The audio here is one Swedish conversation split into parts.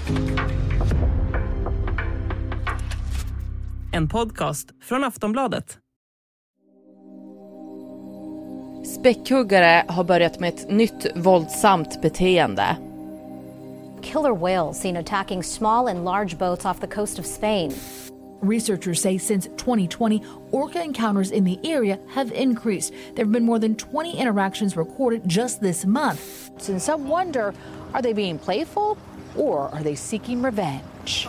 En podcast från Aftonbladet. Späckhuggare har börjat med ett nytt våldsamt beteende. Killer whales seen attacking small and large boats off the coast of Spain. Researchers say since 2020, orca encounters in the area have increased. There have been more than 20 interactions recorded just this month. And some wonder, are they being playful or are they seeking revenge?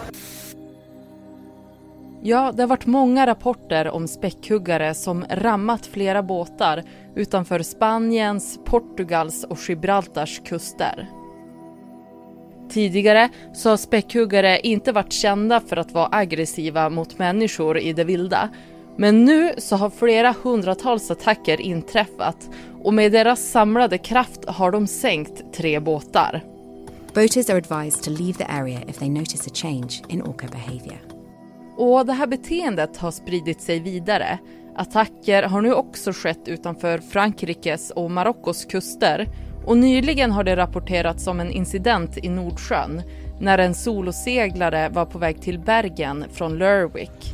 Ja, det har varit många rapporter om späckhuggare som rammat flera båtar utanför Spaniens, Portugals och Gibraltars kuster. Tidigare så har späckhuggare inte varit kända för att vara aggressiva mot människor i det vilda. Men nu så har flera hundratals attacker inträffat och med deras samlade kraft har de sänkt 3 båtar. Boaters are advised to leave the area if they notice a change in orca behavior. Och det här beteendet har spridit sig vidare. Attacker har nu också skett utanför Frankrikes och Marockos kuster. Och nyligen har det rapporterats om en incident i Nordsjön när en soloseglare var på väg till Bergen från Lerwick.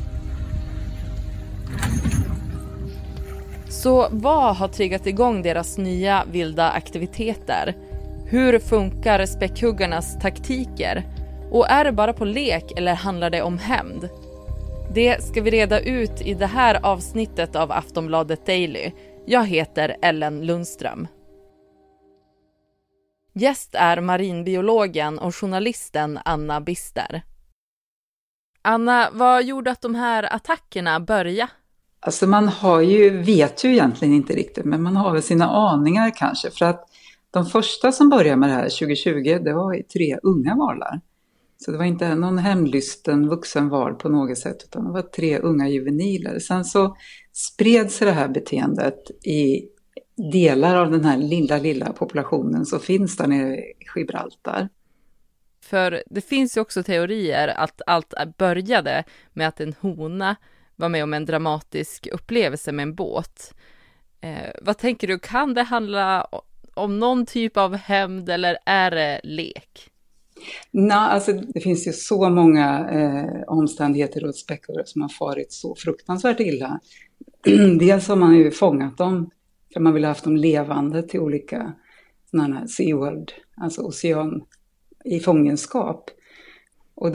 Så vad har triggat igång deras nya vilda aktiviteter? Hur funkar späckhuggarnas taktiker? Och är det bara på lek eller handlar det om hämnd? Det ska vi reda ut i det här avsnittet av Aftonbladet Daily. Jag heter Ellen Lundström. Gäst är marinbiologen och journalisten Anna Bister. Anna, vad gjorde att de här attackerna började? Alltså man vet ju egentligen inte riktigt, men man har väl sina aningar kanske. För att de första som började med det här 2020, det var 3 unga valar. Så det var inte någon hemlysten vuxen val på något sätt, utan det var 3 unga juveniler. Sen så spred sig det här beteendet i delar av den här lilla populationen som finns där nere i Gibraltar. För det finns ju också teorier att allt började med att en hona var med om en dramatisk upplevelse med en båt. Vad tänker du, kan det handla om någon typ av hämnd eller är det lek? Nej, alltså det finns ju så många omständigheter runt späckhuggare som har farit så fruktansvärt illa. Dels har man ju fångat dem för man vill ha haft dem levande till olika sådana här SeaWorld, alltså ocean i fångenskap. Och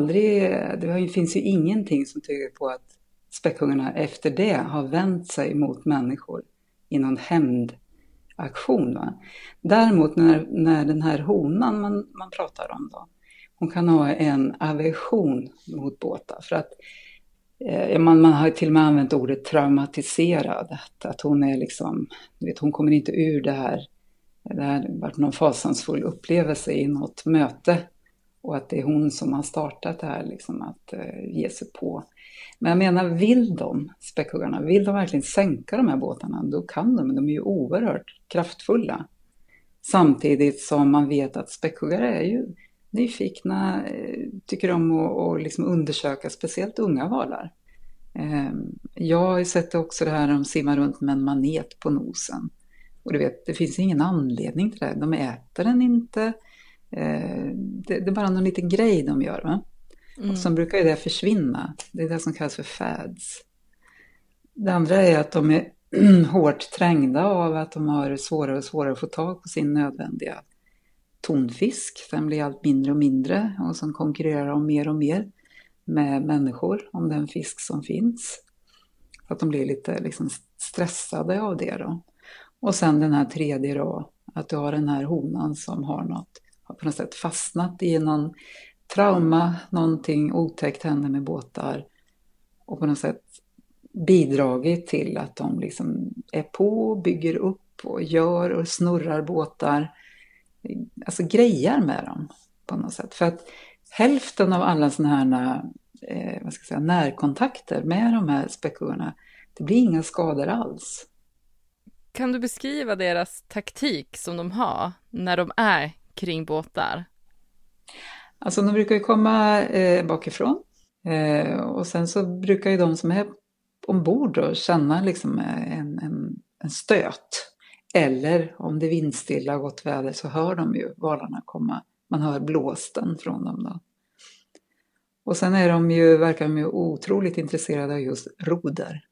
det finns ju ingenting som tyder på att späckhuggarna efter det har vänt sig mot människor i någon hämndaktion. Va? Däremot när den här honan man pratar om då, hon kan ha en aversion mot båtar. För att man har till och med använt ordet traumatiserad. Att hon är liksom, hon kommer inte ur det här varit någon fasansfull upplevelse i något möte. Och att det är hon som har startat det här liksom, att ge sig på. Men jag menar, vill späckhuggarna verkligen sänka de här båtarna? Då kan de, men de är ju oerhört kraftfulla. Samtidigt som man vet att späckhuggare är ju nyfikna, tycker om att liksom undersöka speciellt unga valar. Jag har ju sett också det här de simmar runt med en manet på nosen. Och du vet, det finns ingen anledning till det. De äter den inte. Det är bara någon liten grej de gör, va? Och sen brukar ju det försvinna. Det är det som kallas för fads. Det andra är att de är hårt trängda av att de har svårare och svårare att få tag på sin nödvändiga tonfisk. Den blir allt mindre och mindre och sen konkurrerar de mer och mer med människor om den fisk som finns. Så att de blir lite liksom stressade av det då. Och sen den här tredje då, att du har den här honan som har på något sätt fastnat i någon trauma, någonting otäckt händer med båtar och på något sätt bidragit till att de liksom är på, bygger upp och gör och snurrar båtar, alltså grejer med dem på något sätt. För att hälften av alla sådana här närkontakter med de här späckhuggarna, det blir inga skador alls. Kan du beskriva deras taktik som de har när de är kring båtar? Alltså de brukar ju komma bakifrån och sen så brukar ju de som är ombord och känna liksom en stöt. Eller om det är vindstilla och gott väder så hör de ju valarna komma Man hör blåsten från dem då. Och sen verkar de ju otroligt intresserade av just roder.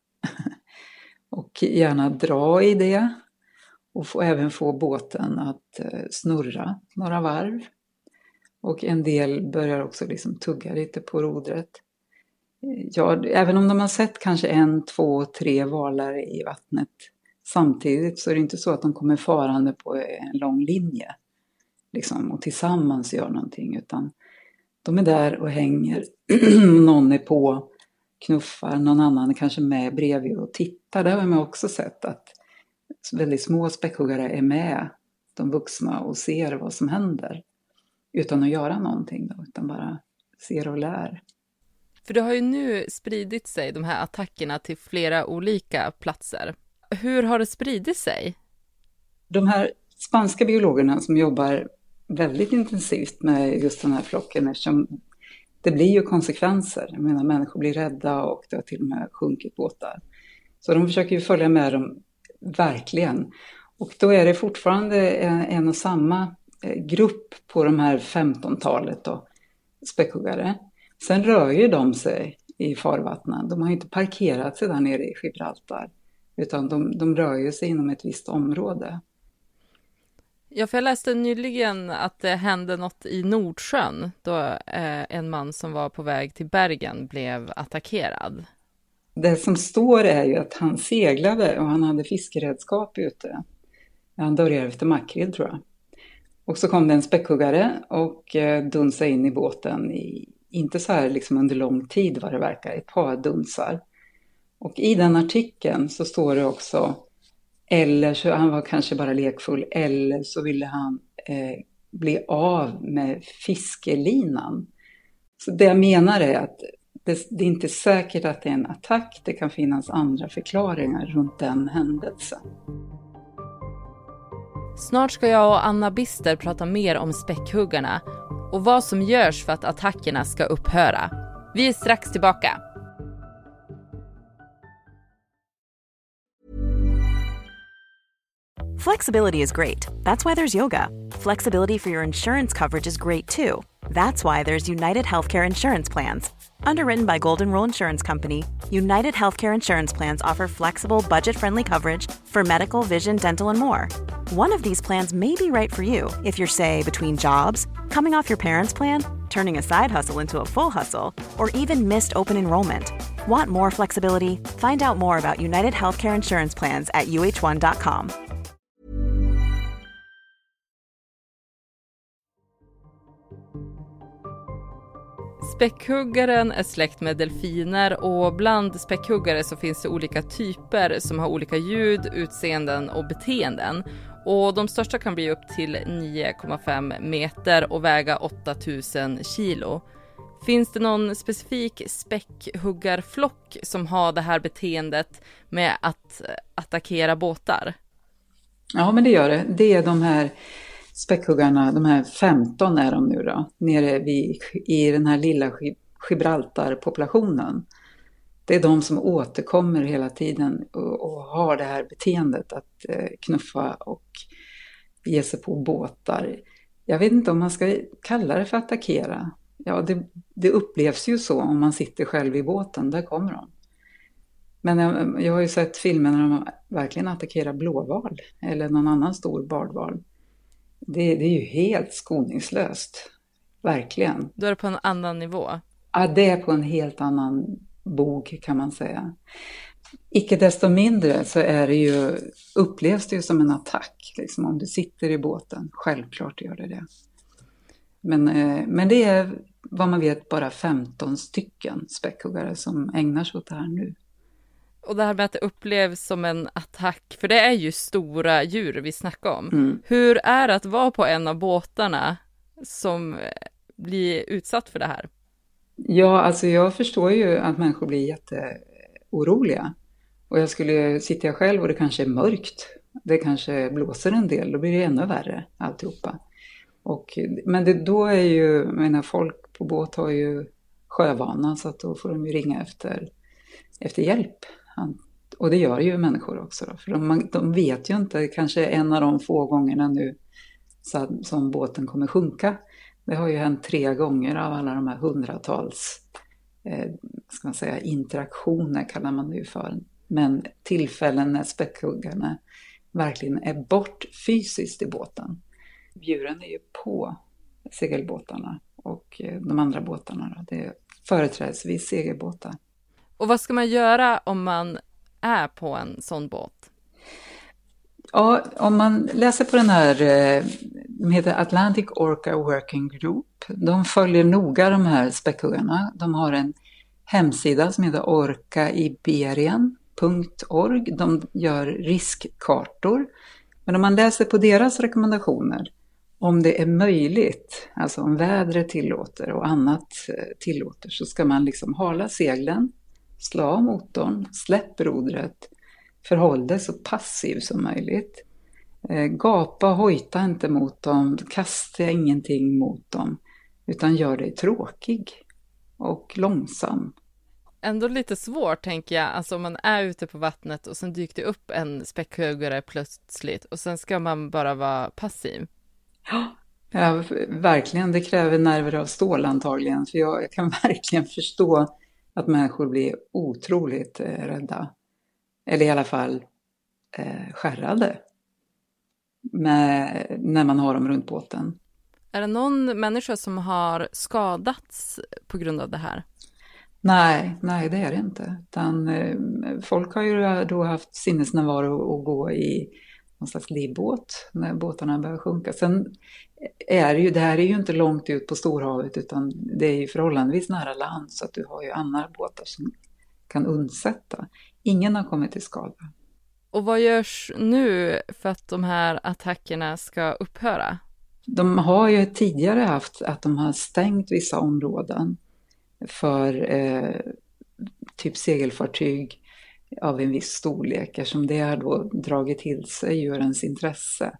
Och gärna dra i det. Och även få båten att snurra några varv. Och en del börjar också liksom tugga lite på rodret. Ja, även om de har sett kanske 1, 2, 3 valar i vattnet samtidigt, så är det inte så att de kommer farande på en lång linje. Liksom, och tillsammans gör någonting, utan de är där och hänger. Någon är på, knuffar, någon annan är kanske med bredvid och tittar. Där har man också sett att väldigt små späckhuggare är med de vuxna och ser vad som händer. Utan att göra någonting då, utan bara ser och lär. För det har ju nu spridit sig, de här attackerna, till flera olika platser. Hur har det spridit sig? De här spanska biologerna som jobbar väldigt intensivt med just den här flocken, eftersom det blir ju konsekvenser. Jag menar, människor blir rädda och det har till och med sjunkit båtar. Så de försöker ju följa med dem verkligen. Och då är det fortfarande en och samma grupp på de här 15-talet då, späckhuggare. Sen rör ju de sig i farvattnen. De har ju inte parkerat sig där nere i Gibraltar, utan de rör ju sig inom ett visst område. Ja, för jag läste nyligen att det hände något i Nordsjön då en man som var på väg till Bergen blev attackerad. Det som står är ju att han seglade och han hade fiskeredskap ute. Han började efter makrill, tror jag. Och så kom det en späckhuggare och dunsade in i båten inte så här liksom under lång tid vad det verkar, ett par dunsar. Och i den artikeln så står det också, eller så han var kanske bara lekfull, eller så ville han bli av med fiskelinan. Så det jag menar är att det är inte säkert att det är en attack, det kan finnas andra förklaringar runt den händelsen. Snart ska jag och Anna Bister prata mer om späckhuggarna och vad som görs för att attackerna ska upphöra. Vi är strax tillbaka. Flexibility is great. That's why there's yoga. Flexibility for your insurance coverage is great too. That's why there's United Healthcare Insurance Plans. Underwritten by Golden Rule Insurance Company, United Healthcare Insurance Plans offer flexible, budget-friendly coverage for medical, vision, dental, and more. One of these plans may be right for you if you're, say, between jobs, coming off your parents' plan, turning a side hustle into a full hustle, or even missed open enrollment. Want more flexibility? Find out more about United Healthcare Insurance Plans at uh1.com. Späckhuggaren är släkt med delfiner och bland späckhuggare så finns det olika typer som har olika ljud, utseenden och beteenden. Och de största kan bli upp till 9,5 meter och väga 8000 kilo. Finns det någon specifik späckhuggarflock som har det här beteendet med att attackera båtar? Ja, men det gör det. Det är de här späckhuggarna, de här 15 är de nu då, nere i den här lilla Gibraltar-populationen. Det är de som återkommer hela tiden och har det här beteendet att knuffa och ge sig på båtar. Jag vet inte om man ska kalla det för attackera. Ja, det upplevs ju så om man sitter själv i båten, där kommer de. Men jag har ju sett filmer när de verkligen attackerar blåval eller någon annan stor bardval. Det är ju helt skoningslöst. Verkligen. Då är det på en annan nivå? Ja, det är på en helt annan bog kan man säga. Icke desto mindre så upplevs det ju som en attack. Liksom, om du sitter i båten. Självklart gör det. Men det är vad man vet bara 15 stycken späckhuggare som ägnar sig åt det här nu. Och det här med att det upplevs som en attack, för det är ju stora djur vi snackar om. Mm. Hur är det att vara på en av båtarna som blir utsatt för det här? Ja, alltså jag förstår ju att människor blir jätteoroliga. Och sitter jag själv och det kanske är mörkt, det kanske blåser en del, då blir det ännu värre alltihopa. Men då är ju, folk på båt har ju sjövana, så att då får de ju ringa efter hjälp. Och det gör ju människor också då, för de vet ju inte, kanske en av de få gångerna nu som båten kommer sjunka. Det har ju hänt 3 gånger av alla de här hundratals ska man säga, interaktioner kallar man det ju för. Men tillfällen när späckhuggarna verkligen är bort fysiskt i båten. Djuren är ju på segelbåtarna och de andra båtarna då. Det är företrädesvis segelbåtar. Och vad ska man göra om man är på en sån båt? Ja, om man läser på den här, de heter Atlantic Orca Working Group. De följer noga de här späckhuggarna. De har en hemsida som heter orcaiberien.org. De gör riskkartor. Men om man läser på deras rekommendationer, om det är möjligt, alltså om vädret tillåter och annat tillåter, så ska man liksom hala seglen, slå av motorn, släpp rodret, förhåll dig så passiv som möjligt. Gapa och hojta inte mot dem, kasta ingenting mot dem, utan gör dig tråkig och långsam. Ändå lite svårt tänker jag, alltså om man är ute på vattnet och sen dyker det upp en späckhuggare plötsligt och sen ska man bara vara passiv. Ja, verkligen, det kräver nerver av stål antagligen, för jag kan verkligen förstå att människor blir otroligt rädda. Eller i alla fall skärrade när man har dem runt båten. Är det någon människa som har skadats på grund av det här? Nej, det är det inte. Utan, folk har ju då haft sinnesnärvaro att gå i någon slags livbåt när båtarna börjar sjunka. Sen är det här är ju inte långt ut på storhavet, utan det är ju förhållandevis nära land, så att du har ju andra båtar som kan undsätta. Ingen har kommit till skada. Och vad görs nu för att de här attackerna ska upphöra? De har ju tidigare haft att de har stängt vissa områden för typ segelfartyg av en viss storlek, som det har då dragit till sig djurens intresse.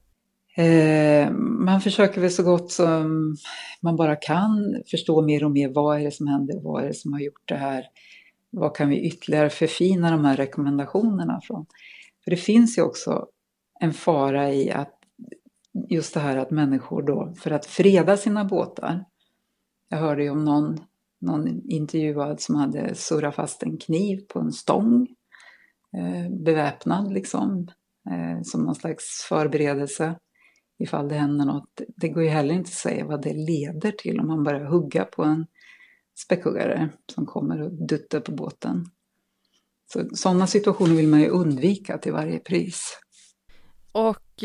Man försöker väl så gott som man bara kan förstå mer och mer, vad är det som händer, vad är det som har gjort det här, vad kan vi ytterligare förfina de här rekommendationerna från. För det finns ju också en fara i att just det här att människor då, för att freda sina båtar, jag hörde ju om någon intervjuad som hade surrat fast en kniv på en stång, beväpnad liksom, som någon slags förberedelse ifall det händer något. Det går ju heller inte att säga vad det leder till om man börjar hugga på en späckhuggare som kommer och duttar på båten. Så sådana situationer vill man ju undvika till varje pris. Och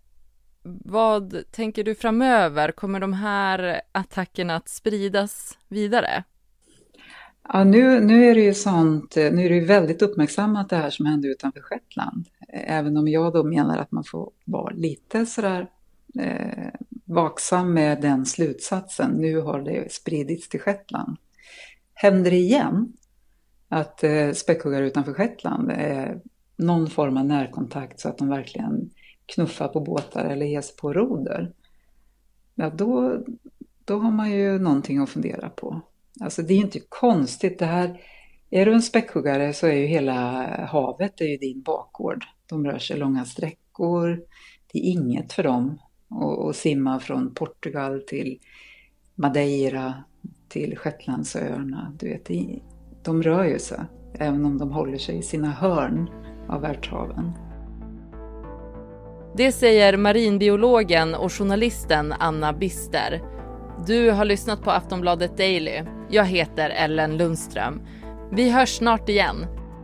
vad tänker du framöver? Kommer de här attackerna att spridas vidare? Ja, nu är det ju sånt, nu är det ju väldigt uppmärksammat det här som hände utanför Shetland. Även om jag då menar att man får vara lite sådär vaksam med den slutsatsen. Nu har det spridits till Shetland. Händer det igen att späckhuggare utanför Shetland är någon form av närkontakt så att de verkligen knuffar på båtar eller ger sig på roder, ja då har man ju någonting att fundera på. Alltså det är ju inte konstigt det här. Är du en späckhuggare så är ju hela havet är ju din bakgård. De rör sig långa sträckor. Det är inget för dem att simma från Portugal till Madeira till Shetlandsöarna. Du vet, de rör ju sig även om de håller sig i sina hörn av världshaven. Det säger marinbiologen och journalisten Anna Bister. Du har lyssnat på Aftonbladet Daily. Jag heter Ellen Lundström. Vi hörs snart igen.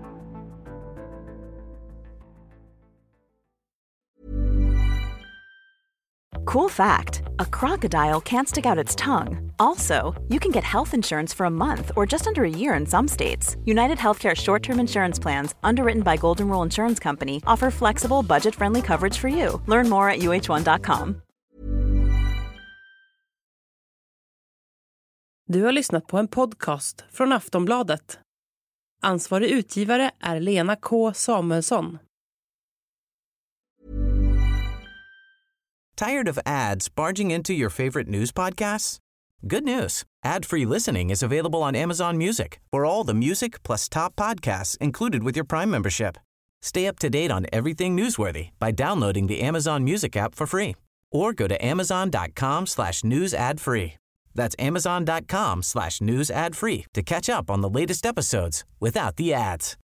Cool fact, a crocodile can't stick out its tongue. Also, you can get health insurance for a month or just under a year in some states. United Healthcare short-term insurance plans, underwritten by Golden Rule Insurance Company, offer flexible, budget-friendly coverage for you. Learn more at uh1.com. Du har lyssnat på en podcast från Aftonbladet. Ansvarig utgivare är Lena K. Samuelsson. Tired of ads barging into your favorite news podcasts? Good news. Ad-free listening is available on Amazon Music for all the music plus top podcasts included with your Prime membership. Stay up to date on everything newsworthy by downloading the Amazon Music app for free or go to amazon.com/news ad free. That's amazon.com/news ad free to catch up on the latest episodes without the ads.